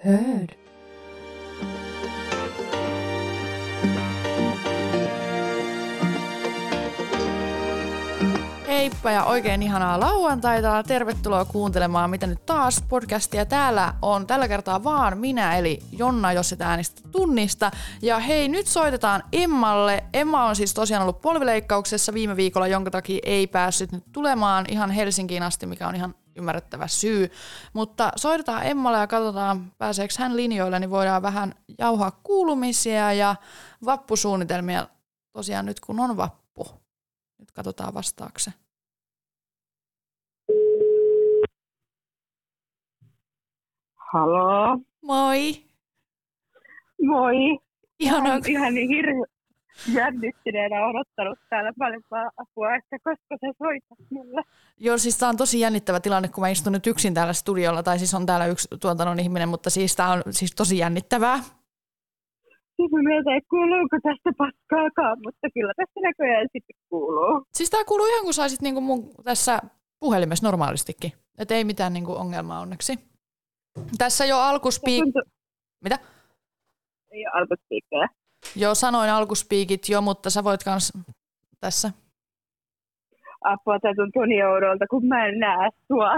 Heard. Heippa ja oikein ihanaa lauantaita. Tervetuloa kuuntelemaan Mitä nyt taas podcastia. Täällä on tällä kertaa vaan minä eli Jonna, jos et äänestä tunnista. Ja hei, nyt soitetaan Emmalle. Emma on siis tosiaan ollut polvileikkauksessa viime viikolla, jonka takia ei päässyt nyt tulemaan ihan Helsinkiin asti, mikä on ihan ymmärrettävä syy. Mutta soitetaan Emmalle ja katsotaan, pääseekö hän linjoille, niin voidaan vähän jauhaa kuulumisia ja vappusuunnitelmia. Tosiaan nyt kun on vappu. Nyt katsotaan vastaakse. Haloo. Moi. Moi. Ihanaa. Ihan niin hirveän jännittyneenä odottanut täällä paljon apua, että koska sä soitat mulle. Joo, siis tää on tosi jännittävä tilanne, kun mä istun nyt yksin täällä studiolla, tai siis on täällä yksi tuotannon ihminen, mutta siis tää on siis tosi jännittävää. Siis mä mietin, että kuuluuko tästä paskaakaan, mutta kyllä tästä näköjään sitten kuuluu. Siis tää kuuluu ihan kuin saisit niinku mun tässä puhelimessa normaalistikin. Et ei mitään niinku ongelmaa onneksi. Tässä jo Mitä? Ei ole alkuspiikkejä. Joo, sanoin alkuspiikit jo, mutta sä voit kans tässä. Apua, tää tuntuu niin oudolta, kun mä en näe sua.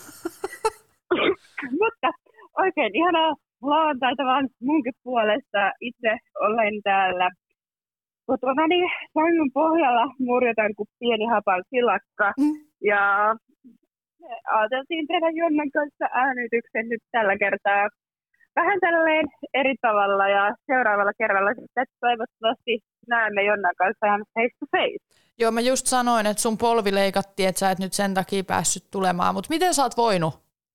Mutta oikein ihanaa lauantaita vaan munkin puolesta. Itse olen täällä kotonani sängyn pohjalla, murjotan kuin pieni hapan silakka. Ja me ajateltiin tehdä Jonnan kanssa äänityksen nyt tällä kertaa vähän tälleen eri tavalla ja seuraavalla kerralla sitten toivottavasti näemme Jonnan kanssa ihan face to face. Joo, mä just sanoin, että sun polvi leikattiin, että sä et nyt sen takia päässyt tulemaan, mutta miten sä oot voinut?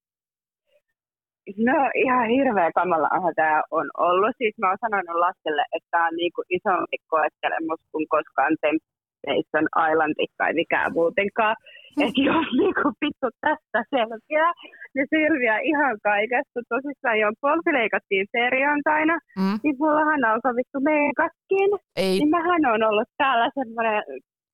No ihan hirveä kamalahan tämä on ollut. Siis mä oon sanonut lastelle, että tämä on niinku isompi koettelemus kuin koskaan Temptation Island tai mikään muutenkaan. Että jos niinku vittu tästä selviää, niin selviää ihan kaikesta. Tosissaan jo polvi leikattiin perjantaina, niin mullahan alkoi vittu meikatkin. Niin mähän on ollut täällä semmoinen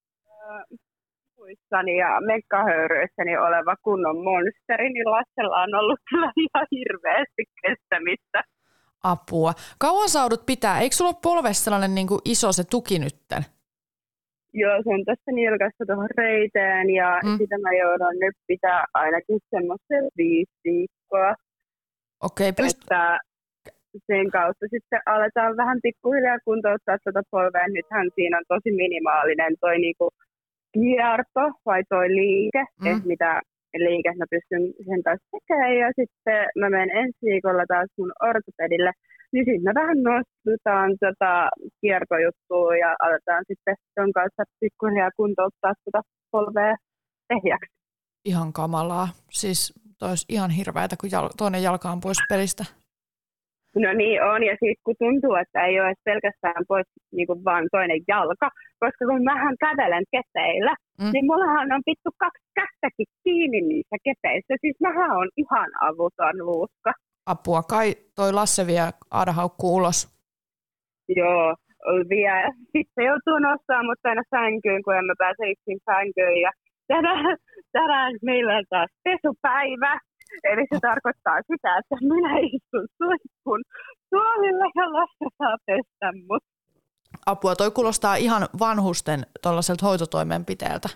ja mekkahöyryissäni oleva kunnon monsteri, niin lastella on ollut kyllä ihan hirveästi kestämistä. Apua. Kauan sä joudut pitää? Eikö sulla ole polvessa sellainen niin kuin iso se tuki nytten? Joo, se on tässä nilkassa tuohon reiteen ja sitä mä joudun nyt pitää ainakin semmoisen 5 viikkoa. Okei, että sen kautta sitten aletaan vähän pikkuhiljaa kuntouttaa tuota polvea. Nythän siinä on tosi minimaalinen toi niinku kierto vai toi liike, että mitä liike mä pystyn sen taas tekemään. Ja sitten mä menen ensi viikolla taas mun ortopedille, niin sitten me vähän nostetaan kiertojuttua ja aletaan sitten ton kanssa pikkuhiljaa kuntouttaa tuota polvea ehjäksi. Ihan kamalaa. Siis toi olisi ihan hirveätä, kun toinen jalka on pois pelistä. No niin on, ja sitten kun tuntuu, että ei ole pelkästään pois niinku vaan toinen jalka, koska kun mähän kävelen kepeillä, niin mullahan on vittu 2 kättäkin kiinni niissä kepeissä. Siis mähän on ihan avuton luuska. Apua, kai toi Lasse vie Aada haukkuu ulos. Joo, vie. Sitten joutuu nostaa mut aina sänkyyn, kun en mä pääse yksin sänkyyn. Ja tänään meillä on taas pesupäivä. Eli se tarkoittaa sitä, että minä istun suihkun tuolille ja Lasse saa pestä mut. Apua, toi kuulostaa ihan vanhusten tuollaiselta hoitotoimenpiteeltä.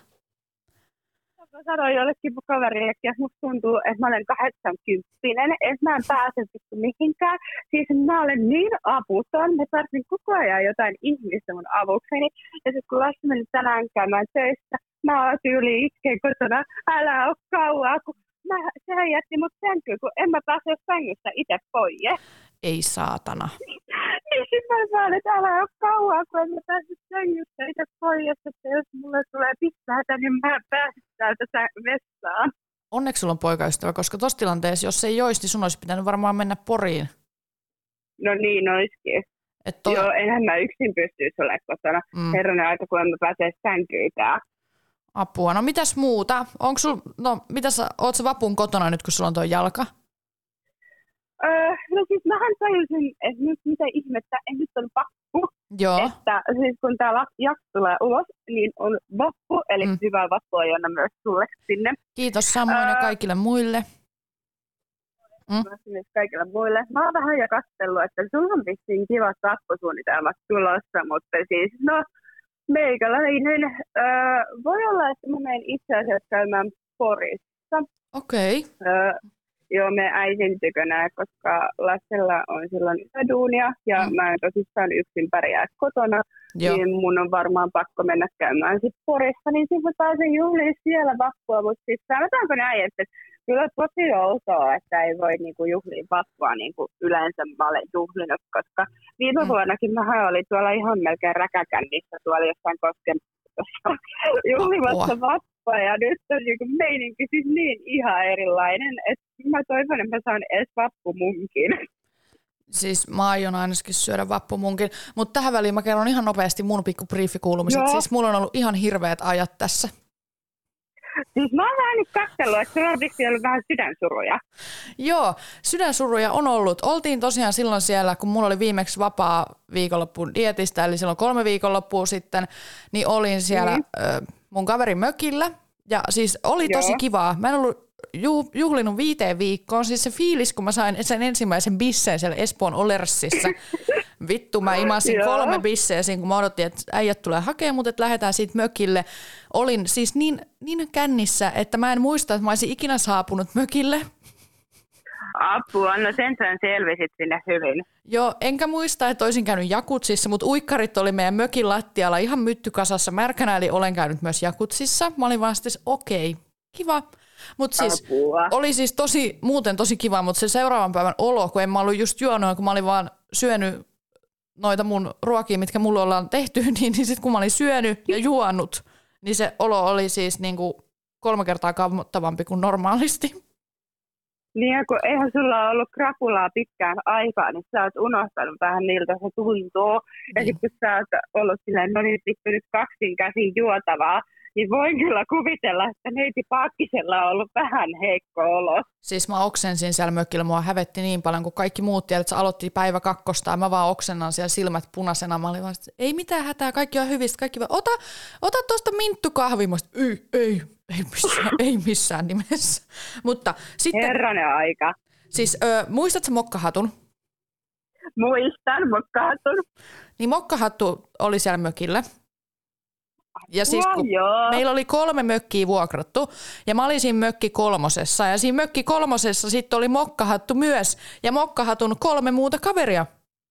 Mä sanoin jollekin mun kaverillekin, että musta tuntuu, että mä olen 80, että mä en pääse mihinkään. Siis mä olen niin aputon, mä tarvitsen koko ajan jotain ihmistä mun avukseni. Ja sitten kun Lasse meni tänään käymään töissä, mä oon tyyliin itkeen kotona, älä oo kauaa, kun sehän jätti mut sänkyyn, kun en mä pääse sängystä itse pois. Ei saatana. Niin sit mä sanon, että älä oo kauaa, kun en mä pääse sängystä itse pois, että jos mulle tulee pissäätä, niin mä pääsen täältä vessaan. Onneksi sulla on poikaystävä, koska tossa tilanteessa, jos ei olisi, niin sun olisi pitänyt varmaan mennä Poriin. No niin, olisikin. Joo, enhän mä yksin pystyisi olemaan kotona. Herranen aika, kun en mä pääse sänkyykään. Apua. No mitäs muuta? Oot sä vapun kotona nyt, kun sulla on toi jalka? No siis mähän tajusin, että nyt mitä ihmettä, että nyt on vappu. Joo. Että siis kun tää jakso tulee ulos, niin on vappu, eli hyvää vappua Jonna myös sulle sinne. Kiitos samoin ja kaikille muille. myös kaikille muille. Mä oon vähän jo katsellut, että sulla on vissiin kivat vappusuunnitelmat tulossa, mutta siis meikäläinen voi olla, että mä menen itse asiassa käymään Porissa. Okei. Joo, me äitin tykönä, koska lapsella on silloin duunia ja mä en tosissaan yksin pärjää kotona, niin mun on varmaan pakko mennä käymään sitten Porissa, niin sitten mä pääsen juhliin siellä vappua, mutta siis sanotaanko näin, että kyllä tosi outoa, että ei voi niinku juhlia vappua niin kuin yleensä mä olen juhlinut, koska viime vuonnakin mähän oli tuolla ihan melkein räkäkännissä tuolla jossain kosken juhlimassa vappua ja nyt on niinku meininki siis niin ihan erilainen, että mä toivon, että mä saan edes vappumunkin. Siis mä aion ainakin syödä vappumunkin, mutta tähän väliin mä kerron ihan nopeasti mun pikku briefikuulumiset. Siis mulla on ollut ihan hirveät ajat tässä. Siis mä oon vähän nyt katsellut, että sulla on vissi ollut vähän sydänsuruja. Joo, sydänsuruja on ollut. Oltiin tosiaan silloin siellä, kun mulla oli viimeksi vapaa viikonloppuun dietistä, eli silloin 3 viikonloppua sitten, niin olin siellä mun kaverin mökillä. Ja siis oli tosi kivaa. Mä en ollut juhlinut 5 viikkoon. Siis se fiilis, kun mä sain sen ensimmäisen bisseen siellä Espoon Olersissa. Vittu, mä imasin 3 bisseä siinä, kun mä odotin, että äijät tulee hakemaan mut, että lähdetään siitä mökille. Olin siis niin kännissä, että mä en muista, että mä olisin ikinä saapunut mökille. Apua, no sen selvisit sinne hyvin. Joo, enkä muista, että olisin käynyt jakutsissa, mutta uikkarit oli meidän mökin lattialla ihan myttykasassa märkänä, eli olen käynyt myös jakutsissa. Mä olin vaan sitten, okei, kiva. Mutta siis oli siis muuten tosi kiva, mutta se seuraavan päivän olo, kun en mä ollut just juonut, kun mä olin vaan syönyt noita mun ruokia, mitkä mulle ollaan tehty, niin sitten kun mä olin syönyt ja juonut, niin se olo oli siis niinku 3 kertaa kammottavampi kuin normaalisti. Niin ja kun eihän sulla ollut krapulaa pitkään aikaa, niin sä oot unohtanut vähän miltä se tuntuu. Ja sitten kun sä oot ollut silleen, no niin, nyt 2 käsin juotavaa, niin voin kyllä kuvitella, että neiti Paakkisella on ollut vähän heikko olo. Siis mä oksensin siellä mökillä, mua hävetti niin paljon, kun kaikki muut tiedät, että se aloitti päivä 2 ja mä vaan oksennan siellä silmät punaisena. Mä olin vaan, että ei mitään hätää, kaikki on hyvistä, kaikki vaan, ota tosta minttukahvia. Mä ei missään nimessä. Mutta sitten, herranen aika. Siis muistatko mokkahatun? Muistan mokkahatun. Niin mokkahattu oli siellä mökillä. Ja siis meillä oli 3 mökkiä vuokrattu ja mä olin siinä mökki 3. ja siinä mökki 3 sitten oli mokkahattu myös ja mokkahatun 3 muuta kaveria.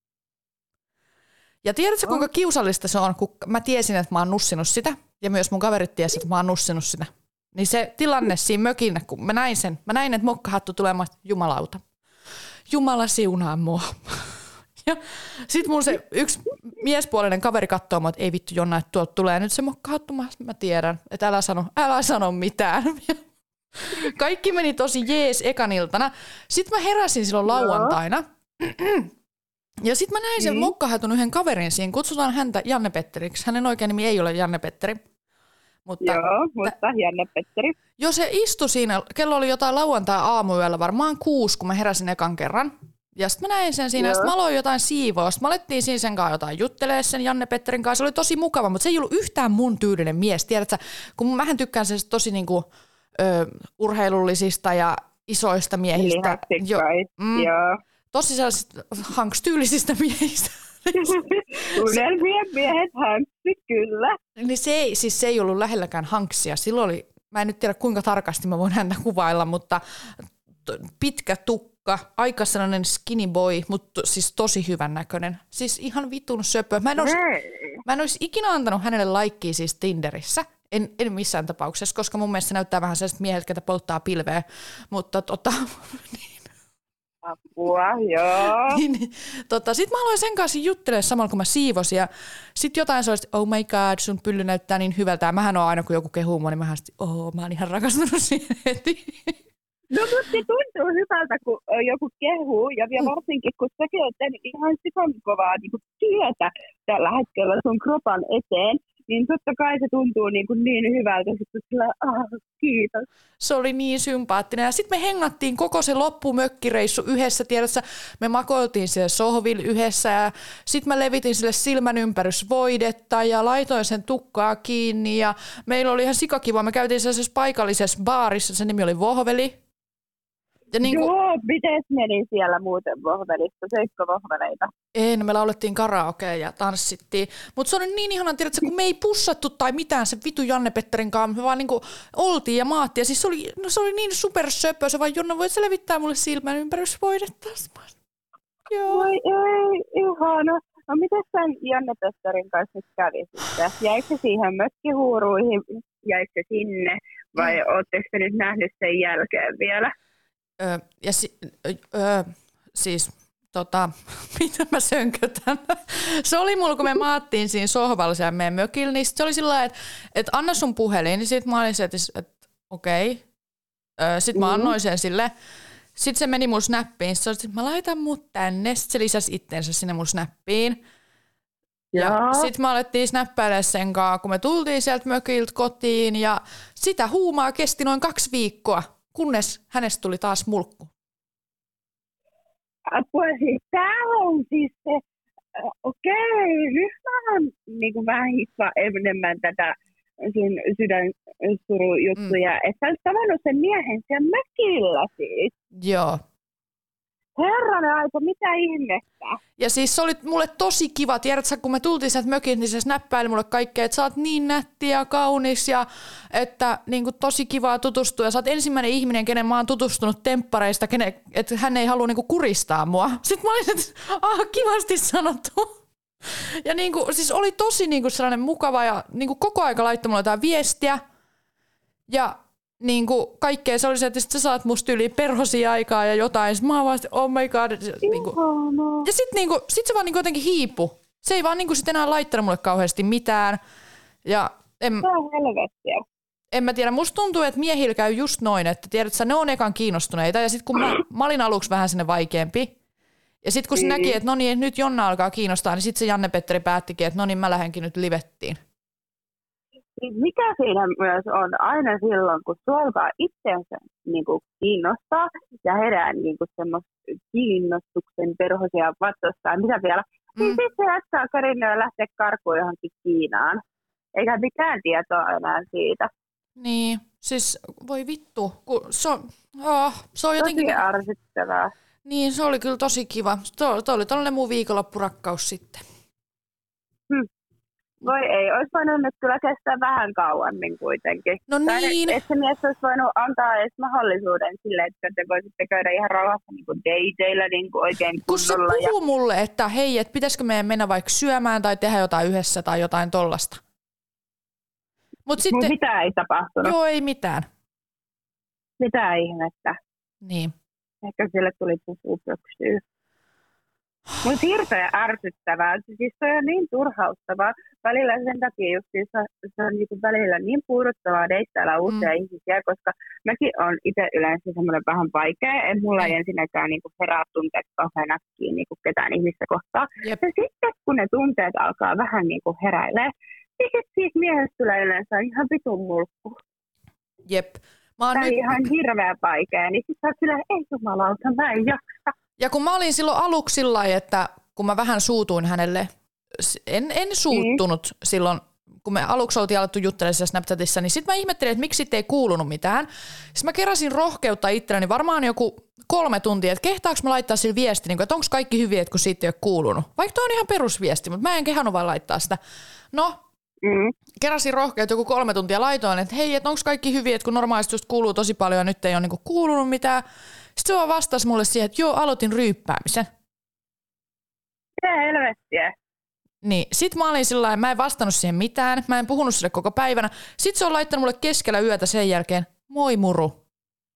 Ja tiedätkö kuinka kiusallista se on, kun mä tiesin, että mä oon nussinut sitä ja myös mun kaverit tiesivät, että mä oon nussinut sitä. Niin se tilanne siinä mökillä, kun mä näin, että mokkahattu tulee, mä jumalauta. Jumala siunaa mua. Ja sit mun se yksi miespuolinen kaveri katsoo mua, että ei vittu Jonna, että tuolta tulee nyt se mokkahattu. Mä tiedän, että älä sano mitään. Kaikki meni tosi jees ekan iltana. Sitten mä heräsin silloin lauantaina. Ja sitten mä näin sen mokkahatun yhden kaverin siinä. Kutsutaan häntä Janne-Petteriksi. Hänen oikein nimi ei ole Janne-Petteri. Mutta Janne-Petteri. Jo se istui siinä, kello oli jotain lauantai-aamuyöllä, varmaan 6, kun mä heräsin ekan kerran. Ja sitten mä näin sen siinä, ja sitten mä aloin jotain siivousta. Mä alettiin siinä sen kanssa jotain juttelemaan sen Janne-Petterin kanssa. Se oli tosi mukava, mutta se ei ollut yhtään mun tyylinen mies. Tiedätkö, kun mähän tykkään sen tosi niinku, urheilullisista ja isoista miehistä. Joo. Tosi sellaisista hankstyylisistä miehistä. Unelmien miehet hanksit, kyllä. Niin se ei ollut lähelläkään hanksia. Silloin oli, mä en nyt tiedä kuinka tarkasti mä voin häntä kuvailla, mutta pitkä tukka, aika sellainen skinny boy, mutta siis tosi hyvän näköinen. Siis ihan vitun söpö. Mä en olisi ikinä antanut hänelle laikkia siis Tinderissä. En missään tapauksessa, koska mun mielestä se näyttää vähän sellaiset miehet, ketä polttaa pilveä. Mutta niin. Apua, joo. Sitten mä aloin sen kanssa juttelemaan samalla, kun mä siivosin. Ja sitten jotain sellaista, oh my god, sun pylly näyttää niin hyvältä. Ja mähän on aina, kun joku kehuu mua, niin mä oon ihan rakastunut siihen heti. No mutta se tuntuu hyvältä, kun joku kehuu, ja vielä varsinkin, kun säkin oot tehnyt ihan sikan kovaa niin työtä tällä hetkellä sun kropan eteen, niin totta kai se tuntuu niin hyvältä, että sillä kiitos. Se oli niin sympaattinen. Ja sitten me hengattiin koko se loppumökkireissu yhdessä. Tiedätkö, me makoiltiin siellä sohvilla yhdessä ja sitten mä levitin sille silmänympärysvoidetta ja laitoin sen tukkaa kiinni. Ja meillä oli ihan sikakiva. Me käytiin sellaisessa paikallisessa baarissa, sen nimi oli Vohveli. Ja niin kuin, joo, miten meni siellä muuten vohvelissa? Seikko vohveleita? me laulettiin karaokea ja tanssittiin. Mutta se oli niin ihana, tiedätkö, kun me ei pussattu tai mitään se vitu Janne-Petterin kanssa. Me vaan niinku oltiin ja maattiin. Ja siis se oli niin supersöpö. Se vaan, Jonna, voit sä levittää mulle silmän ympärysvoidetta? Joo. Voi ei, ihana. No miten sen Janne-Petterin kanssa nyt kävi sitten? Jäikö se siihen mökkihuuruihin? Jäikö se sinne? Vai ootteko te nyt nähnyt sen jälkeen vielä? Siis mitä mä sönkötän? Se oli mulla, kun me maattiin siinä sohvalla siellä meidän mökillä, niin se oli sillä lailla, että anna sun puhelin, niin sit mä olin se, että okei. Sitten mä annoin sen sille. Sitten se meni mun snappiin. Sitten että mä laitan mut tänne. Sitten se lisäsi itsensä sinne mun snappiin. Ja sitten me alettiin snappäilemään sen kanssa, kun me tultiin sieltä mökiltä kotiin. Ja sitä huumaa kesti noin 2 viikkoa, kunnes hänestä tuli taas mulkku. Apua, siis tää on siis se, okei, nyt mä oon niinku vähän hissaa enemmän tätä sun sydänsurujuttuja, että sä olet tavannut sen miehen siellä mökillä siis. Joo. Herranen aika, mitä ihmettä? Ja siis se oli mulle tosi kiva, tiedätkö, kun me tultiin sieltä mökiltä, niin se snappaili mulle kaikkea, että sä oot niin nätti ja kaunis ja että niin kuin, tosi kivaa tutustua. Ja sä oot ensimmäinen ihminen, kenen mä oon tutustunut temppareista, että hän ei halua niin kuin, kuristaa mua. Sitten mä olin, että kivasti sanottu. Ja niin kuin, siis oli tosi niin kuin, sellainen mukava ja niin kuin, koko aika laittoi mulle jotain viestiä. Ja niin kuin kaikkea se oli se, että sit sä saat musta yli perhosia aikaa ja jotain. Sitten mä oon vaan, oh my god. Niin kuin. Ja sit se vaan niin kuin jotenkin hiipu. Se ei vaan niin kuin sit enää laittanut mulle kauheasti mitään. Ja se on helvettiä. En mä tiedä, musta tuntuu, että miehillä käy just noin, että tiedätkö, ne on ekan kiinnostuneita. Ja sit kun mä olin aluksi vähän sinne vaikeampi. Ja sit kun se näki, että no niin, nyt Jonna alkaa kiinnostaa, niin sit se Janne-Petteri päättikin, että no niin, mä lähdenkin nyt livettiin. Mikä siinä myös on aina silloin, kun sua alkaa itseänsä niin kuin kiinnostaa ja herää niin kuin semmoista kiinnostuksen perhosia vatsasta, mitä vielä, niin sitten se jatkaa Karinaa lähteä karkuun johonkin Kiinaan. Eikä mitään tietoa enää siitä. Niin, siis voi vittu, kun se on jotenkin tosi ärsyttävää. Niin, se oli kyllä tosi kiva. Tuo oli tällainen mun viikonloppurakkaus sitten. Voi ei, olisi voinut nyt kyllä kestää vähän kauemmin kuitenkin. No niin. Että se mies olisi voinut antaa edes mahdollisuuden sille, että te voisitte käydä ihan rauhassa niin kuin dateilla niin kuin oikein kunnolla. Kun se puhuu mulle, että hei, että pitäisikö meidän mennä vaikka syömään tai tehdä jotain yhdessä tai jotain tollasta. Mut sitten mitä ei tapahtunut? Joo, ei mitään. Mitä ihmettä? Niin. Ehkä sille tuli pupupöksyä. Mutta hirveän ärsyttävää. Siis se on niin turhauttavaa. Välillä sen takia just se on niinku välillä niin puuduttavaa deittailla uusia ihmisiä, koska mäkin on itse yleensä semmoinen vähän vaikea, että mulla ei ensinnäkään niinku herää tunteet kauhean äkkiä niinku ketään ihmistä kohtaa. Jep. Ja sitten kun ne tunteet alkaa vähän niinku heräilee, niin siitä miehestä tulee yleensä ihan vitun mulkku. Jep. Tämä on ihan hirveän vaikea, niin sitten sä oot silleen, ei jumalauta, mä en jaksa. Ja kun mä olin silloin aluksi sillä että kun mä vähän suutuin hänelle, en suuttunut silloin, kun me aluksi oltiin alettu juttelemaan Snapchatissa, niin sitten mä ihmettelin, että miksi sitten ei kuulunut mitään. Sitten mä keräsin rohkeutta itselleni varmaan joku 3 tuntia, että kehtaanko mä laittaa sille viesti, että onko kaikki hyviä, kun siitä ei ole kuulunut. Vaikka toi on ihan perusviesti, mutta mä en kehannut vaan laittaa sitä. No, keräsin rohkeutta joku 3 tuntia, laitoin, että hei, että onko kaikki hyviä, että kun normaalisti just kuuluu tosi paljon ja nyt ei ole niinku kuulunut mitään. Sitten se vaan vastasi mulle siihen, että joo, aloitin ryyppäämisen. Mitä helvettiä? Niin, sit mä olin sillä mä en vastannut siihen mitään, mä en puhunut sille koko päivänä. Sit se on laittanut mulle keskellä yötä sen jälkeen, moi muru.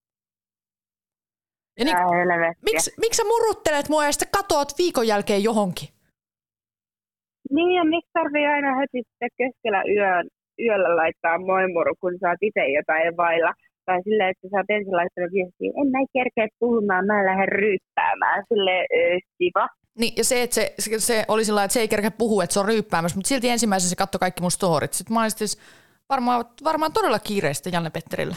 Ja niin, miksi sä muruttelet mua ja sitten katoat viikon jälkeen johonkin? Niin, ja miksi tarvii aina heti sitten keskellä yöllä laittaa moi muru, kun sä oot itse jotain vailla? Tai silleen, että sä oot ensin laittanut viestiä, en mä kerkeä puhumaan, mä lähden ryyppäämään. Silleen, kiva. Niin, ja se, että se oli sillä että se ei kerkeä puhua, että se on ryyppäämässä, mutta silti ensimmäisenä se katsoi kaikki mun storit. Sitten mä olin siis varmaan todella kiireistä Janne-Petterillä.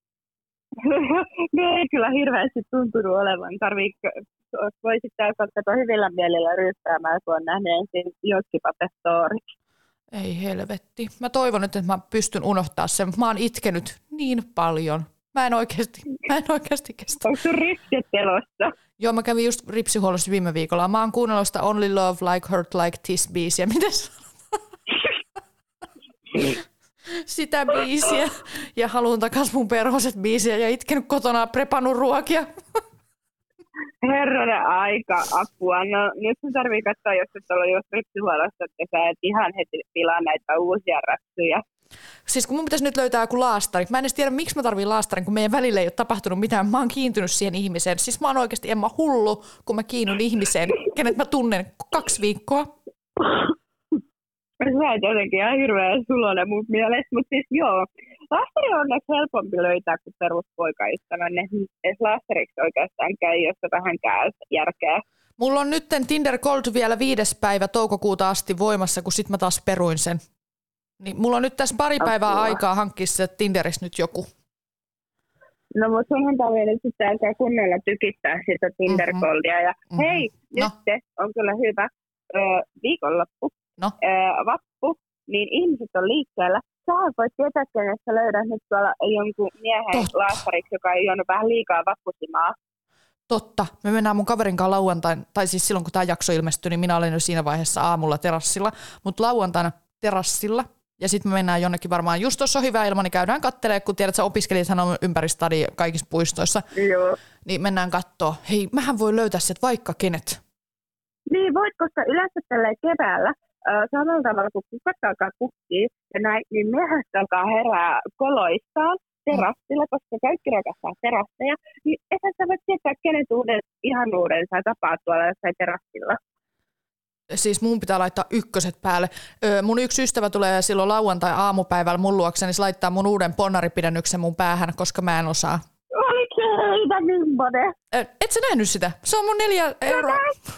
Ne ei kyllä hirveästi tuntunut olevan. Voisit katsoa hyvillä mielellä ryyppäämään, kun on nähnyt ensin Joskipape-storit. Ei helvetti. Mä toivon nyt, että mä pystyn unohtaa sen. Mä oon itkenyt niin paljon. Mä en oikeasti kestä. Onko sun ripsit elossa? Joo, mä kävin just ripsihuollossa viime viikolla. Mä oon kuunnellut sitä Only Love Like Hurt Like This biisiä. Miten sitä biisiä. Ja haluun takas mun perhoset biisiä ja itkenyt kotona prepannut ruokia. Herranen aika, apua. No nyt sun tarvii katsoa, jos et ole just ripsihuollossa, että sä et ihan heti tilaa näitä uusia ratsuja. Siis kun mun pitäisi nyt löytää joku laastari. Mä en edes tiedä, miksi mä tarviin laastarin, kun meidän välillä ei ole tapahtunut mitään. Mä oon kiintynyt siihen ihmiseen. Siis mä oon oikeasti Emma hullu, kun mä kiinnun ihmiseen, kenet mä tunnen 2 viikkoa. Sä et jotenkin ihan hirveän sulonen mun mielestä, mutta siis joo. Laastari on onneksi helpompi löytää kuin peruspoikaystävänne. Edes laastariksi oikeastaan käy, jos vähän käy järkeä. Mulla on nytten Tinder Gold vielä 5. päivä toukokuuta asti voimassa, kun sit mä taas peruin sen. Niin mulla on nyt tässä pari päivää aikaa hankkia se Tinderissä nyt joku. No mutta sunhan tarvii nyt sitten alkaa kunnolla tykittää sitä Tinder Goldia. Ja hei, nyt se on kyllä hyvä viikonloppu, vappu, niin ihmiset on liikkeellä. Sä voit tietää, että sä löydät nyt tuolla jonkun miehen laastariksi, joka ei juonut vähän liikaa vappusimaa. Totta. Me mennään mun kaverin kanssa lauantain, tai siis silloin kun tämä jakso ilmestyi, niin minä olin jo siinä vaiheessa aamulla terassilla, mutta lauantaina terassilla. Ja sitten me mennään jonnekin varmaan, just tuossa on hyvä ilma, niin käydään kattelemaan, kun tiedät, että opiskelijathan on ympäri stadia kaikissa puistoissa. Joo. Niin mennään kattoo. Hei, mähän voi löytää sieltä vaikka kenet. Niin voit, koska yleensä tälleen keväällä, samalla tavalla kun kukat alkaa kukkii, ja näin, niin miehet alkaa herää koloistaan terassilla, koska kaikki rakastaa terasseja, niin ethän sä voit tietää, kenet ihanuuden sä tapaat tuolla jossain terassilla. Siis mun pitää laittaa 1 päälle. Mun yksi ystävä tulee silloin lauantai-aamupäivällä mun luokse, niin se laittaa mun uuden ponnaripidennyksen mun päähän, koska mä en osaa. Oliko se heitä millainen? Et sä nähnyt sitä? Se on mun 4 euroa.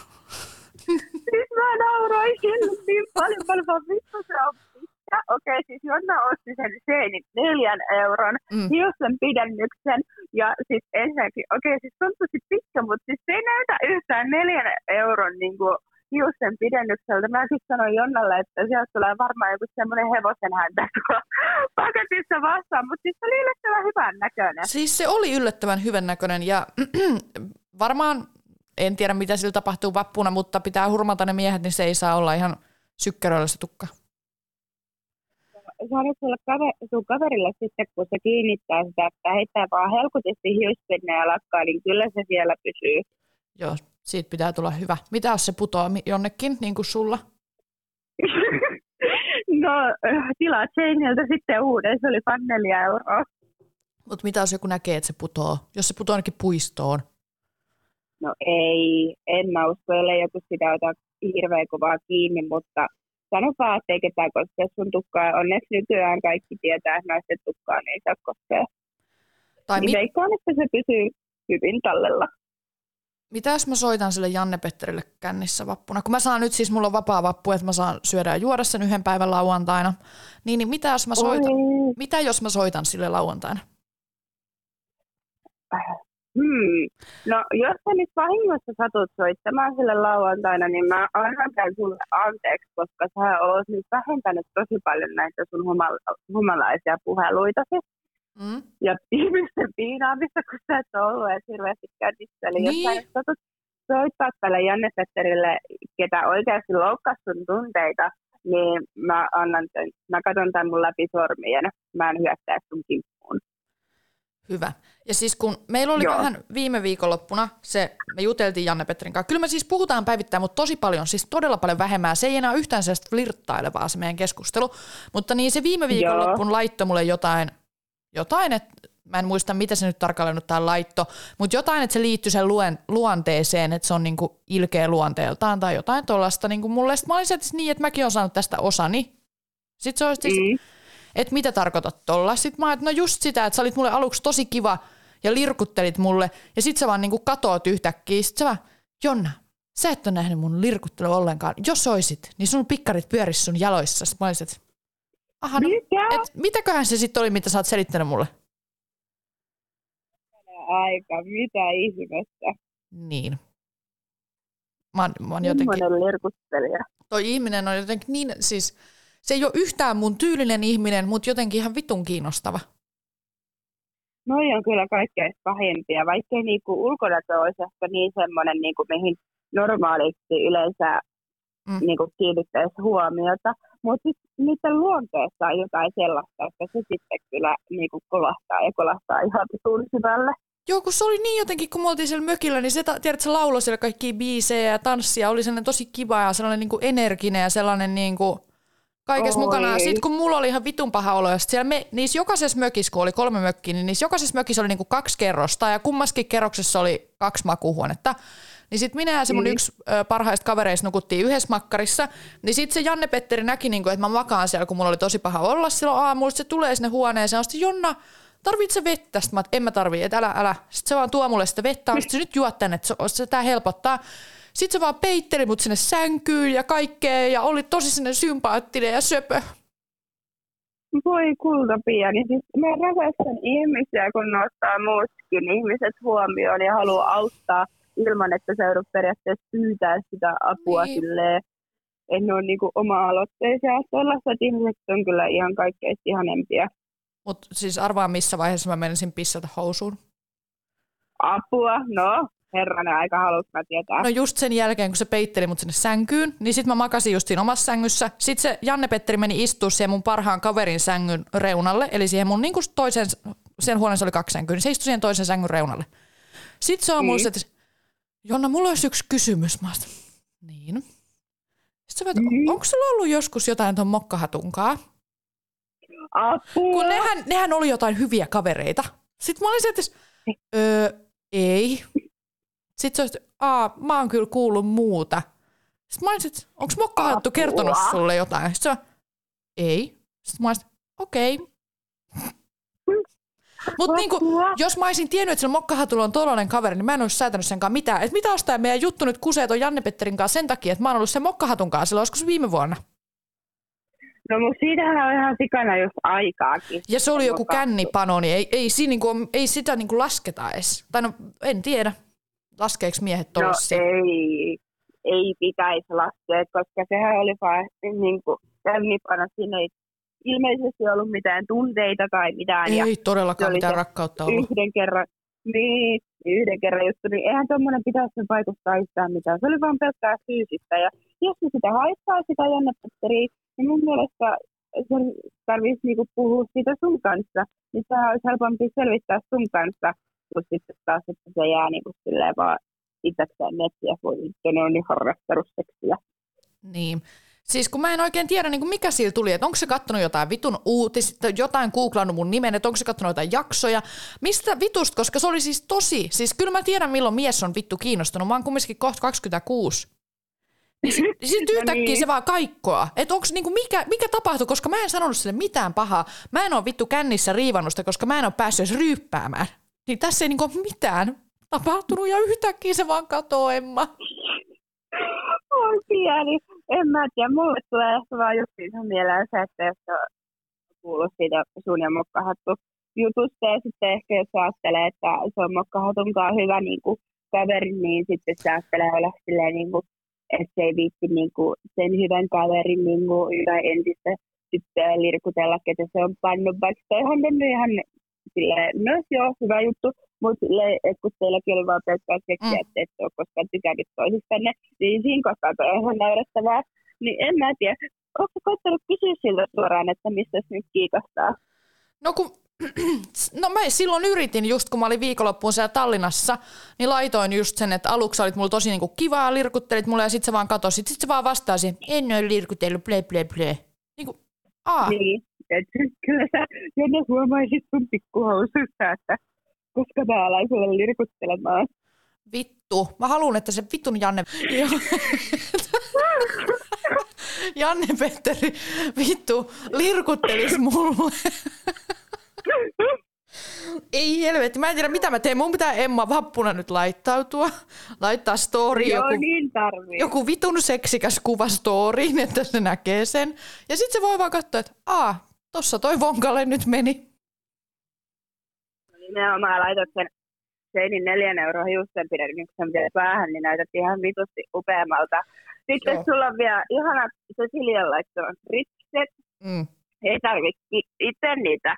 Siis mä nauroisin niin paljon vaan vittu se on pitkä. Okei, siis Jonna osti sen seinit 4 euron hiusten pidennyksen. Ja siis ensinnäkin, siis se on tosi pitkä, mutta siis se ei näytä yhtään 4 euron niinku hiusten pidennykseltä. Mä siis sanoin Jonnalle, että sieltä tulee varmaan joku semmoinen hevosen häntä paketissa vastaan, mutta siis se oli yllättävän hyvän näköinen. Siis se oli yllättävän hyvän näköinen ja varmaan, en tiedä mitä sillä tapahtuu vappuna, mutta pitää hurmata ne miehet, niin se ei saa olla ihan sykkeröillä se tukka. Saanut sun kaverille sitten, kun se kiinnittää sitä, että heittää vaan helkutisti hiuspinne ja lakkaa, niin kyllä se siellä pysyy. Joo, siitä pitää tulla hyvä. Mitä jos se putoaa jonnekin, niin kuin sulla? No, tilaa Chainilta sitten uuden, se oli vain 4 euroa. Mutta mitä jos joku näkee, että se putoaa? Jos se putoaa ainakin puistoon? No ei, en mä usko, ellei joku sitä ota hirveän kovaa kiinni, mutta sano vaan, ettei ketään koskea sun tukkaa. Onneksi nykyään kaikki tietää, että naisten tukkaa ei saa koskea. Niin veikkaan, että se pysyy hyvin tallella. Mitä jos mä soitan sille Janne-Petterille kännissä vappuna? Kun mä saan nyt siis, mulla on vapaa vappu, että mä saan syödä ja juoda sen 1 päivän lauantaina. Niin mitä jos mä soitan sille lauantaina? No jos sä nyt vahingossa satut soittamaan sille lauantaina, niin mä annan tämän sulle anteeksi, koska sä oot nyt vähentänyt tosi paljon näitä sun humalaisia puheluitasi. Ja ihmisten piinaamista, kun sä et ole ollut edes hirveästi käsissä. Eli jos sä nyt satut soittaa tälle Janne-Petterille, ketä oikeasti loukkasi sun tunteita, niin mä katson tämän mun läpi sormien. Mä en hyökkää sun kimppuun. Hyvä. Ja siis kun meillä oli vähän viime viikonloppuna, me juteltiin Janne-Petterin kanssa. Kyllä me siis puhutaan päivittäin, mutta tosi paljon, siis todella paljon vähemmän. Se ei enää yhtään sellaista flirttailevaa se meidän keskustelu. Mutta niin se viime viikonloppun laittoi mulle jotain, että mä en muista mitä se nyt tarkalleen tämä laitto, mutta jotain, että se liittyy sen luonteeseen, että se on niinku ilkeä luonteeltaan tai jotain tuollaista niinku mulle. Sitten mä olin niin, että mäkin olen saanut tästä osani. Sitten se olisi että mitä tarkoitat tolla. Sitten mä ajattelin, no just sitä, että sä olit mulle aluksi tosi kiva ja lirkuttelit mulle ja sit sä vaan niinku katoat yhtäkkiä. Sitten sä vaan, Jonna, sä et ole nähnyt mun lirkuttelua ollenkaan. Jos oisit, niin sun pikkarit pyöris sun jaloissa. Sitten mä olisin, että aha, no, mitäköhän se sitten oli, mitä sä oot selittänyt mulle? Aika, mitä ihmettä. Niin. Mä oon jotenkin... lirkuttelija. Toi ihminen on jotenkin niin, siis se ei ole yhtään mun tyylinen ihminen, mutta jotenkin ihan vitun kiinnostava. noi on kyllä kaikkein pahimpia, vaikkei niinku ulkonäkö olisi ehkä niin semmoinen, niinku, mihin normaalisti yleensä niinku, kiinnittäisi huomiota. Mutta niiden luonteessa on jotain sellaista, että se sitten kyllä niinku, kolahtaa ihan vitun syvälle. Joo, kun se oli niin jotenkin, kun me oltiin siellä mökillä, niin se, tiedätkö, se lauloi siellä kaikkia biisejä ja tanssia, oli sellainen tosi kiva ja sellainen niinku energinen ja sellainen niinku kaikessa mukana. Sitten kun mulla oli ihan vitun paha olo, ja niissä jokaisessa mökissä, kun oli 3 mökkiä, niin niissä jokaisessa mökissä oli niinku 2 kerrosta ja kummaskin kerroksessa oli 2 makuuhuonetta. Niin sit minä ja se mun yksi parhaista kavereista nukuttiin yhdessä makkarissa, niin sit se Janne-Petteri näki, niinku, että mä makaan siellä, kun mulla oli tosi paha olla silloin aamulla, se tulee sinne huoneeseen ja sitten Jonna, tarvitse vettä? Sitten mä että en mä tarvii, että älä. Sitten se vaan tuo mulle sitä vettä, sitten se nyt juot tänne, että se tää helpottaa. Sitten se vaan peitteli mut sinne sänkyyn ja kaikkea ja oli tosi sinne sympaattinen ja söpö. Voi kultapieni, siis mä rakastan ihmisiä, kun nostaa muutkin ihmiset huomioon ja haluaa auttaa ilman, että se joudut periaatteessa pyytää sitä apua silleen. En ole niinku oma-aloitteisia. Sellaiset ihmiset on kyllä ihan kaikkein ihanempia. Mutta siis arvaa, missä vaiheessa mä menisin pissata housuun. Apua? No, herranen aika, haluat mä tietää. No just sen jälkeen, kun se peitteli mut sinne sänkyyn, niin sit mä makasin just siinä omassa sängyssä. Sit se Janne-Petteri meni istua siihen mun parhaan kaverin sängyn reunalle, eli siihen mun niinku toisen, sen huoneessa oli 2 sänkyä, niin se istui siihen toisen sängyn reunalle. Sit se on mulle, että Jonna, mulla olisi yksi kysymys. Mä sanoin, niin. Sitten sä onko sulla ollut joskus jotain tuon mokkahatunkaan? Apua. Kun nehän oli jotain hyviä kavereita. Sitten mä olin se, että ei. Sitten se olisi, mä oon kyllä kuullut muuta. Sitten mä olin se, että onko mokkahattu kertonut sulle jotain? Sitten se ei. Sitten mä olin, okei. Mutta niinku, jos mä olisin tiennyt, että sillä mokkahatulla on tollainen kaveri, niin mä en olisi säätänyt senkaan mitään. Että mitä ostaa meidän juttu nyt kusee ton Janne-Petterin kanssa sen takia, että mä oon ollut sen mokkahatun kanssa silloin, olisiko se viime vuonna? No mutta siitähän on ihan sikana just aikaakin. Ja se oli joku kännipano, niin ei sitä niinku lasketa edes. Tai no, en tiedä, laskeeko miehet tollasia. No ei pitäisi laskea, koska sehän oli vaan niinku kännipano, siinä ei ilmeisesti ollut mitään tunteita tai mitään. Ei todellakaan mitään rakkautta ollut. Yhden kerran juttu, niin eihän tommoinen pitäisi vaikuttaa yhtään mitään. Se oli vaan pelkkää fyysistä. Ja jos se sitä haittaa, sitä Janne-Petteriä, niin mun mielestä se tarvitsisi niinku puhua siitä sun kanssa. Niin sehän olisi helpompi selvittää sun kanssa, kun sitten taas, että se jää niinku silleen vaan itsekseen netsiä, kun ne on niin harrastanut seksiä. Niin. Siis kun mä en oikein tiedä, niin mikä sillä tuli, että onko se kattonut jotain vitun uutista, jotain googlannut mun nimen, että onko se kattonut jotain jaksoja. Mistä vitusta, koska se oli siis tosi, siis kyllä mä tiedän milloin mies on vittu kiinnostunut, mä oon kumminkin kohta 26. Sitten yhtäkkiä se vaan kaikkoa, että onko niinku mikä tapahtui, koska mä en sanonut sille mitään pahaa. Mä en oo vittu kännissä riivannusta, koska mä en oo päässyt edes ryyppäämään. Niin tässä ei niinku ole mitään tapahtunut ja yhtäkkiä se vaan katoo, Emma. Oi pieni. En mä tiedä, mulle tulee ehkä vaan justiinsa mieleen se, että jos on kuullut siitä sun ja mokkahattu jutusta ja sitten ehkä jos ajattelee, että se on mokkahatunkaan hyvä niin kuin kaveri, niin sitten se ajattelee olla silleen, niin kuin, että se ei viitti niin kuin sen hyvän kaverin niin kuin hyvä entistä tyttöä lirkutella, ketä se on pannut, vaikka toihan on ihan silleen, no joo, hyvä juttu, mutta että kun teilläkin oli vaan pelkkää seksiä, että et ole koskaan tykännyt toisistanne, niin siinä kohtaa toi on ihan naurettavaa. Niin en mä tiedä, ootko koittanut kysyä siltä suoraan, että mistä se nyt kiikastaa? No mä silloin yritin just, kun mä olin viikonloppuun siellä Tallinnassa, niin laitoin just sen, että aluksi olit mulla tosi niinku kivaa, lirkuttelit mulle ja sit se vaan katosi. Sit se vaan vastasi, en ole lirkutellut, ble ble ble. Niinku, Niin, että kyllä sä Janne huomaisit sun pikkuhousussa, että koska mä aloin sulle lirkuttelemaan. Vittu. Mä haluun, että se vittun Janne-Petteri vittu lirkuttelis mulle. Ei helvetti, mä en tiedä mitä mä teen. Mun pitää Emma vappuna nyt laittautua. Laittaa story joku vitun seksikäs kuva storyin, että se näkee sen. Ja sit se voi vaan katsoa, että tossa toi vonkalle nyt meni. Nimenomaan laitat sen seinin 4 euroa hiustenpidennyksen päähän, niin näytät ihan vitusti upeammalta. Sitten sulla on vielä ihanat Cecilian laittamat ripset. Ei tarvitse itse niitä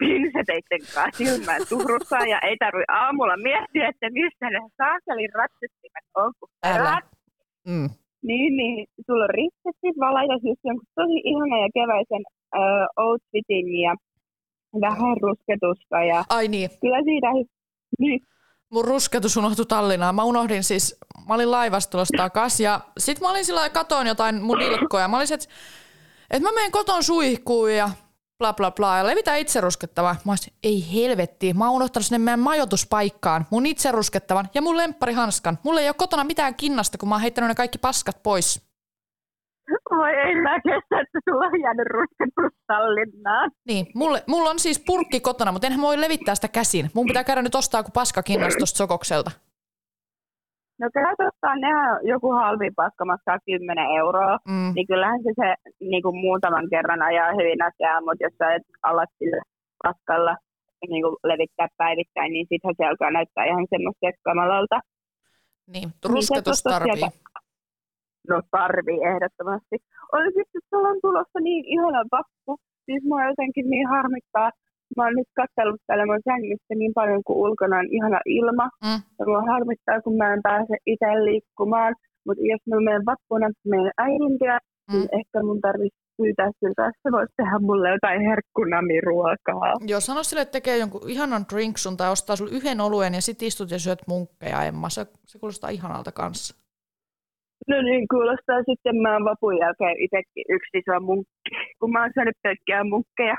pinseteitten kanssa silmään tuhruttaa ja ei tarvi aamulla miettiä, että mistä ne saakelin ratsastimet on, kun perät. Niin, sulla on ristettit, vaan laitat just jonkun tosi ihana ja keväisen outfitin ja vähän rusketusta. Ja ai niin. kyllä siitä, niin. Mun rusketus unohtui Tallinnaan. Mä unohdin siis, mä olin laivasta tulossa takas ja sit mä olin sillä katoin jotain mun ilkkoja. Mä olisin, että mä menen koton suihkuun ja bla bla bla ja levitään itse ruskettavaa. Mä olisin, ei helvetti, mä oon unohtanut sinne meidän majoituspaikkaan mun itse ruskettavan ja mun lempparihanskan. Mulla ei ole kotona mitään kinnasta, kun mä oon heittänyt ne kaikki paskat pois. Voi ei mä kestä, että sulla on jäänyt rusketus Tallinnaan. Niin, mulla on siis purkki kotona, mutta enhän mä voi levittää sitä käsin. Mun pitää käydä nyt ostaa kuin paskakinnasta tosta Sokokselta. No katsotaan, nehän joku halvin paska maksaa 10 euroa, niin kyllähän se niin kuin muutaman kerran ajaa hyvin asiaa, mutta jos sä et alat sillä paskalla niin kuin levittää päivittäin, niin sittenhän se alkaa näyttää ihan semmoista kamalalta. Niin, rusketus tarvii. No tarvii ehdottomasti. Oli sitten, että sulla on tulossa niin ihana vappu. Siis mua jotenkin niin harmittaa. Mä oon nyt katsellut täällä mun sängyssä niin paljon, kuin ulkona on ihana ilma. Ja mua harmittaa, kun mä en pääse itse liikkumaan. Mutta jos mä menen vappuna meidän äidintiä, niin ehkä mun tarvitsisi pyytää siltä, että se voisi tehdä mulle jotain herkkunamiruokaa. Joo, sano sille, että tekee jonkun ihanan drinksun tai ostaa sulle yhden oluen ja sit istut ja syöt munkkeja, Emma. Se kuulostaa ihanalta kanssa. No niin, kuulostaa sitten. Mä oon vapun jälkeen itsekin yksi iso munkki, kun mä oon syönyt pelkkää munkkeja.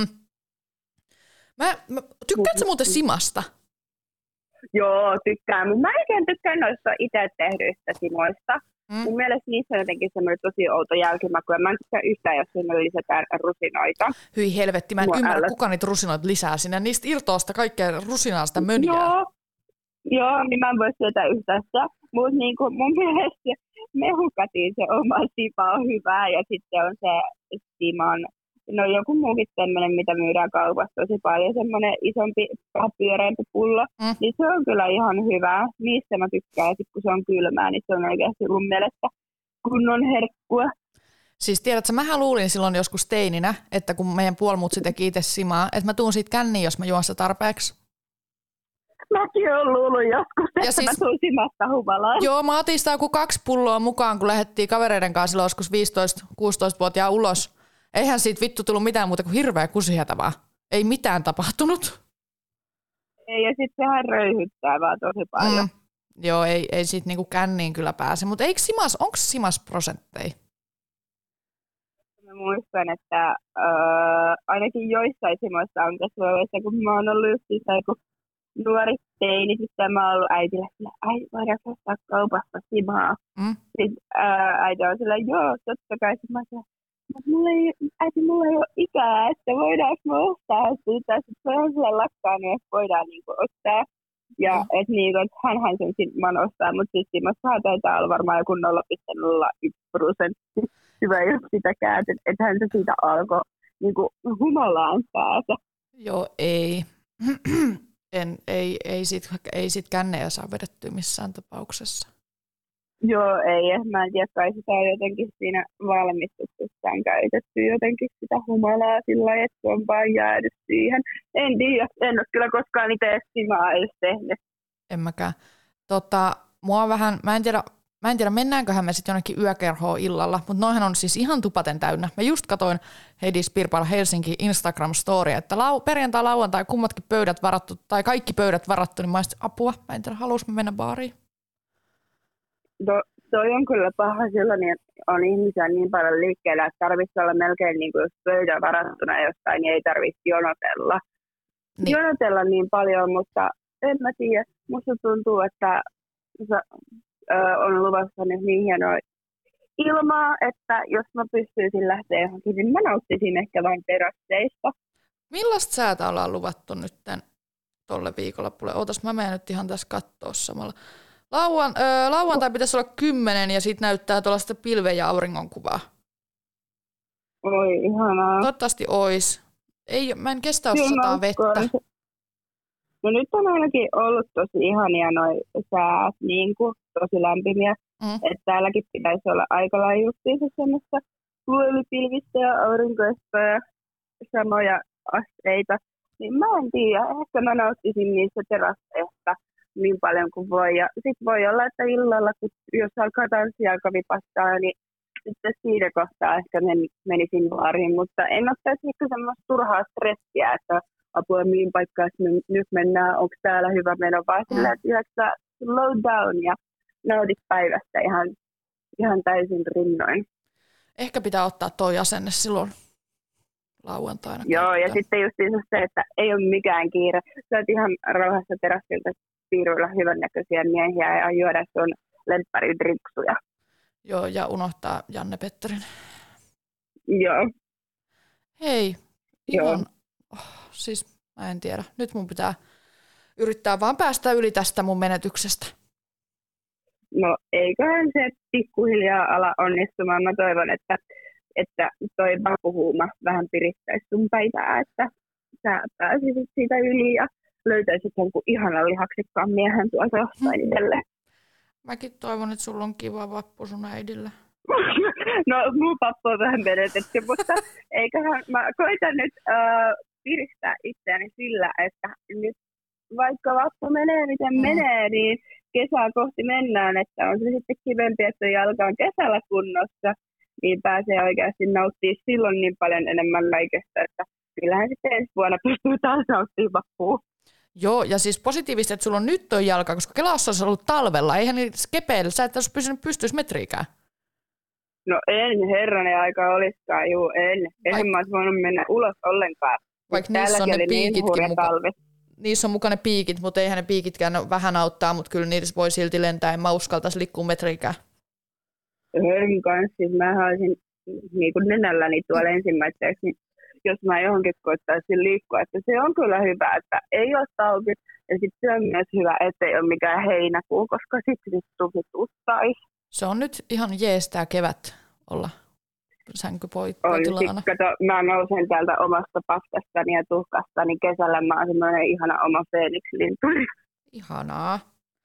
Tykkäätkö muuten simasta? Joo, tykkään. Mutta mä en tykkään noista itse tehdyistä simoista. Mun mielestä niissä on jotenkin semmoinen tosi outo jälkimaku. Ja mä en tykkää yhtään, jos sinne lisätään rusinoita. Hyi helvetti, mä en ymmärrä, kuka niitä rusinoita lisää sinne. Niistä irtoaa sitä kaikkea rusinaasta mönjää. Joo, niin mä en voi syötä yhtään sitä. Mutta niin mun mielestä mehukatiin se oma sima on hyvää ja sitten on se siman, no joku muukin tämmöinen, mitä myydään kaupassa tosi paljon, semmoinen isompi, pyöreämpi pullo, niin se on kyllä ihan hyvää. Niistä mä tykkään, ja sit kun se on kylmää, niin se on oikeasti mun mielestä kunnon herkkua. Siis tiedätkö, mähän luulin silloin joskus teininä, että kun meidän puolmutsi teki itse simaa, että mä tuun siitä känniin, jos mä juon sitä tarpeeksi. Mäkin olen luullut joskus, että siis, mä tuun simasta humalaan. Joo, mä otin sitä joku 2 pulloa mukaan, kun lähdettiin kavereiden kanssa silloin joskus 15-16-vuotiaan ulos. Eihän siitä vittu tullut mitään muuta kuin hirveä kusihätävää. Ei mitään tapahtunut. Ei, ja sitten sehän röyhyttää vaan tosi paljon. Joo, ei siitä niinku känniin kyllä pääse. Mutta onko simas prosentteja? Mä muistan, että ainakin joissain simoissa on tässä, kun mä oon ollut just joku nuori teini, sitten mä oon ollut äitille sillä, äiti, voidaanko ostaa kaupasta simaa? Sitten äiti on sillä, joo, totta kai. Sitten mä sanoin, mulla ei ole ikää, että voidaanko me ostaa sitä. Sitten se on sillä lakkaanut, että voidaan niinku ostaa. Ja että niinku, et hänhän sen siman ostaa, mutta siis simassahan taitaa olla varmaan joku 0,01%. Hyvä, jos sitäkään, että hän se siitä alkoi niinku humalaan päätä. Joo, ei. Ei sit kännejä saa vedettyä missään tapauksessa. Joo, ei. Mä en tiedä, kai sitä on jotenkin siinä valmistuksessaan käytetty jotenkin sitä humalaa sillä lailla, että se on vaan jäänyt siihen. En tiedä, en ole kyllä koskaan itse simaa edes tehnyt. En mäkään. Mua on vähän, mä en tiedä mennäänköhän me sitten jonnekin yökerhoon illalla, mutta noihän on siis ihan tupaten täynnä. Mä just katoin Heidi Spirpal Helsinki Instagram-story, että perjantai, lauantai, kummatkin pöydät varattu, tai kaikki pöydät varattu, niin mä olisin, apua, mä en tiedä, haluaisin mennä baariin. Toi on kyllä paha silloin, niin on ihmisiä niin paljon liikkeellä, että tarvitsisi olla melkein niin kuin jos pöydän varattuna jostain, niin ei tarvitsisi jonotella. Niin. Jonotella niin paljon, mutta en mä tiedä. Musta tuntuu, että on luvassa nyt niin hienoa ilmaa, että jos mä pystyisin lähteä johonkin, niin mä nauttisin ehkä vain terasseista. Millaista säätä ollaan luvattu nyt tolle viikonloppulle? Ootas, mä menen nyt ihan tässä kattoo samalla. Lauantai pitäisi olla 10 ja siitä näyttää tuollaista pilven ja auringon kuvaa. Oi, ihanaa. Toivottavasti ois. Mä en kestä, jos sataa vettä. No nyt on ainakin ollut tosi ihania noi säät, niin kuin, tosi lämpimiä. Että täälläkin pitäisi olla aika laajuustiinsa semmoista luolipilvistä ja aurinkoista ja samoja asteita. Niin mä en tiedä, ehkä mä nauttisin niistä terasseista niin paljon kuin voi. Ja sit voi olla, että illalla, jos alkaa tanssia aika vipastaa, niin sitten siinä kohtaa ehkä menisin baariin, mutta en ottaisi ehkä semmoista turhaa stressiä, että apua mihin paikkaan nyt mennään, onko täällä hyvä meno, vaan sillä, että slow down ja nautit päivästä ihan täysin rinnoin. Ehkä pitää ottaa toi asenne silloin lauantaina. Joo, ja sitten just se, että ei ole mikään kiire. Sä oot ihan rauhassa terassilta piiruilla hyvännäköisiä miehiä ja juoda sun lempparitrinksuja. Joo, ja unohtaa Janne Petterin. Joo. Hei, ihan, siis mä en tiedä. Nyt mun pitää yrittää vaan päästä yli tästä mun menetyksestä. No eiköhän se pikkuhiljaa ala onnistumaan. Mä toivon, että toi vapuhuuma vähän pirittäisi sun päivää, että sä pääsisit siitä yli ja löytäisit jonkun ihanan lihaksikkaan miehen tuolta jostain itselle. Mäkin toivon, että sulla on kiva vappu sun äidille. No mun pappu on vähän menetetty, mutta eiköhän mä koitan nyt piristää itseäni sillä, että nyt vaikka vappu menee miten menee, niin kesää kohti mennään, että on se sitten kivempi, että jalka on kesällä kunnossa, niin pääsee oikeasti nauttimaan silloin niin paljon enemmän kaikesta, että kyllähän sitten ensi vuonna pystyy taas nauttimaan vappua. Joo, ja siis positiivista, että sulla on nyt toi jalka, koska Kelassa olisi ollut talvella. Eihän niitä skepeillä, sä et olisi pysynyt pystyisi metriikään. No en, herranen aika olisikaan, juu, en. Eihän mä olisi voinut mennä ulos ollenkaan. Vaikka niissä on ne piikitkin mukaan. Niissä on mukana ne piikit, mutta eihän ne piikitkään vähän auttaa, mutta kyllä niissä voi silti lentää, en mä uskaltaisi liikkua metriikään. Hörn kanssa, siis mä olisin niin kuin nenälläni tuolla ensimmäiseksi, jos mä johonkin koittaisin liikkua, että se on kyllä hyvä, että ei ole tauti, ja sitten se on myös hyvä, ettei ole mikään heinäkuu, koska sitten tukituttaisi. Se on nyt ihan jees tää kevät olla sänkypotilaana. Kato, mä nousen täältä omasta paskastani ja tuhkastani kesällä, mä oon semmoinen ihana oma Phoenix-linturi. Ihanaa.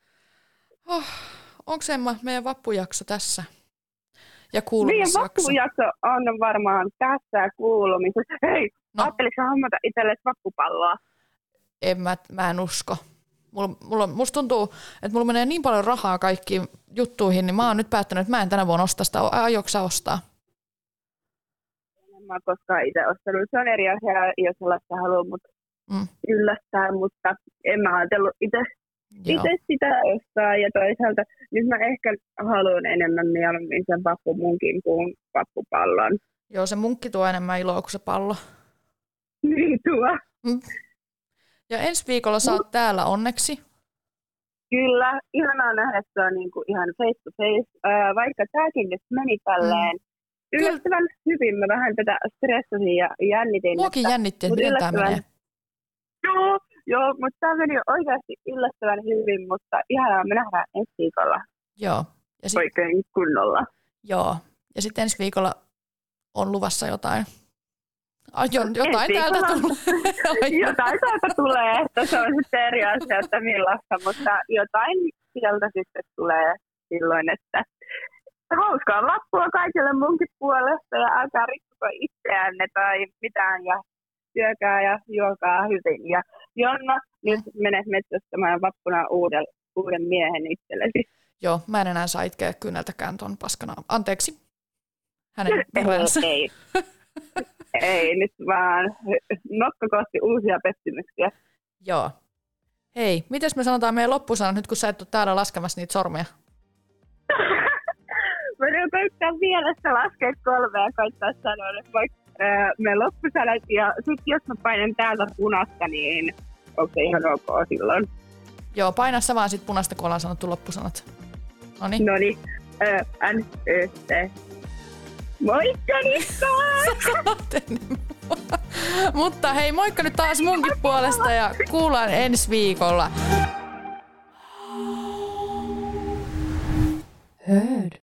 Onko Emma meidän vappujakso tässä? Ja kuulumisjakso? Meidän vappujakso on varmaan tässä kuulumisessa. Hei, ajatteliko hommata itsellesi vappupalloa? Mä en usko. Musta tuntuu, että mulla menee niin paljon rahaa kaikkiin juttuihin, niin mä oon nyt päättänyt, että mä en tänä vuonna osta sitä. Aiotko sä ostaa? En mä koskaan itse ostanut. Se on eri asia, jos sellaista haluaa mut yllättää, mutta en mä ajatellut itse sitä ostaa. Ja toisaalta nyt mä ehkä haluan enemmän mieluummin sen vappumunkin kuin vappupallon. Joo, se munkki tuo enemmän iloa kuin se pallo. Niin tuo. Ja ensi viikolla sä oot täällä onneksi. Kyllä, ihanaa nähdä sua niin kuin ihan face to face, vaikka tämäkin nyt meni tälleen yllättävän hyvin. Mä vähän tätä stressasin ja jännitin. Muakin jännitti, että miten tämä menee. Joo, mutta tämä meni oikeasti yllättävän hyvin, mutta ihanaa me nähdään ensi viikolla. Joo. Ja oikein kunnolla. Joo, ja sitten ensi viikolla on luvassa jotain. Jotain täältä tulee. Jotain täältä tulee, että se on sitten eri asia, että millaista, mutta jotain sieltä sitten tulee silloin, että hauskaa vappua kaikille munkin puolesta ja älkää rikko itseänne tai mitään ja syökää ja juokaa hyvin. Ja Jonna, nyt menet metsästämään vappuna uuden miehen itsellesi. Joo, mä en enää saa itkeä kyyneltäkään ton paskana. Anteeksi. Hänen peräänsä. Ei, nyt vaan nokka kohti uusia pettymyksiä. Joo. Hei, mites me sanotaan meidän loppusanat nyt, kun sä et ole täällä laskemassa niitä sormeja? Mä koittaa vielä sitä laskea 3 ja koittaa sanoa, että vaikka meidän loppusanat ja sit jos mä painan täältä punasta, niin onko se ihan ok silloin? Joo, paina sä vaan sit punasta, kun ollaan sanottu loppusanat. Noniin. Noniin. Moikka Nikka! Mutta hei, moikka nyt taas munkin puolesta ja kuullaan ensi viikolla. Hörd.